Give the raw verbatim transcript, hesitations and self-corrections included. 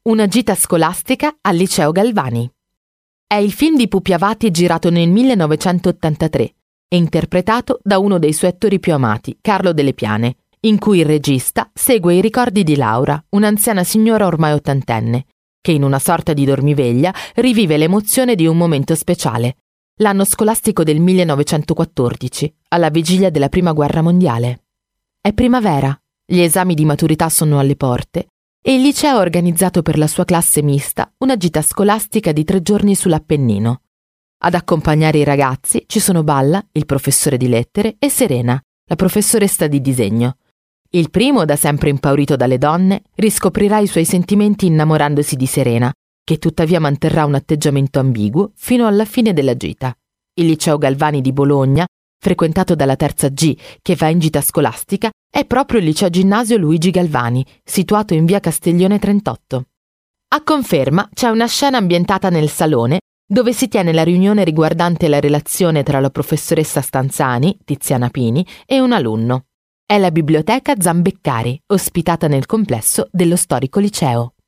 Una gita scolastica al liceo Galvani. È il film di Pupi Avati girato nel millenovecentottantatré e interpretato da uno dei suoi attori più amati, Carlo Delle Piane, in cui il regista segue i ricordi di Laura, un'anziana signora ormai ottantenne, che in una sorta di dormiveglia rivive l'emozione di un momento speciale, l'anno scolastico del millenovecentoquattordici, alla vigilia della Prima Guerra Mondiale. È primavera, gli esami di maturità sono alle porte e il liceo ha organizzato per la sua classe mista una gita scolastica di tre giorni sull'Appennino. Ad accompagnare i ragazzi ci sono Balla, il professore di lettere, e Serena, la professoressa di disegno. Il primo, da sempre impaurito dalle donne, riscoprirà i suoi sentimenti innamorandosi di Serena, che tuttavia manterrà un atteggiamento ambiguo fino alla fine della gita. Il liceo Galvani di Bologna, frequentato dalla terza G che va in gita scolastica, è proprio il liceo ginnasio Luigi Galvani, situato in via Castiglione trentotto. A conferma c'è una scena ambientata nel salone dove si tiene la riunione riguardante la relazione tra la professoressa Stanzani, Tiziana Pini, e un alunno. È la biblioteca Zambeccari, ospitata nel complesso dello storico liceo.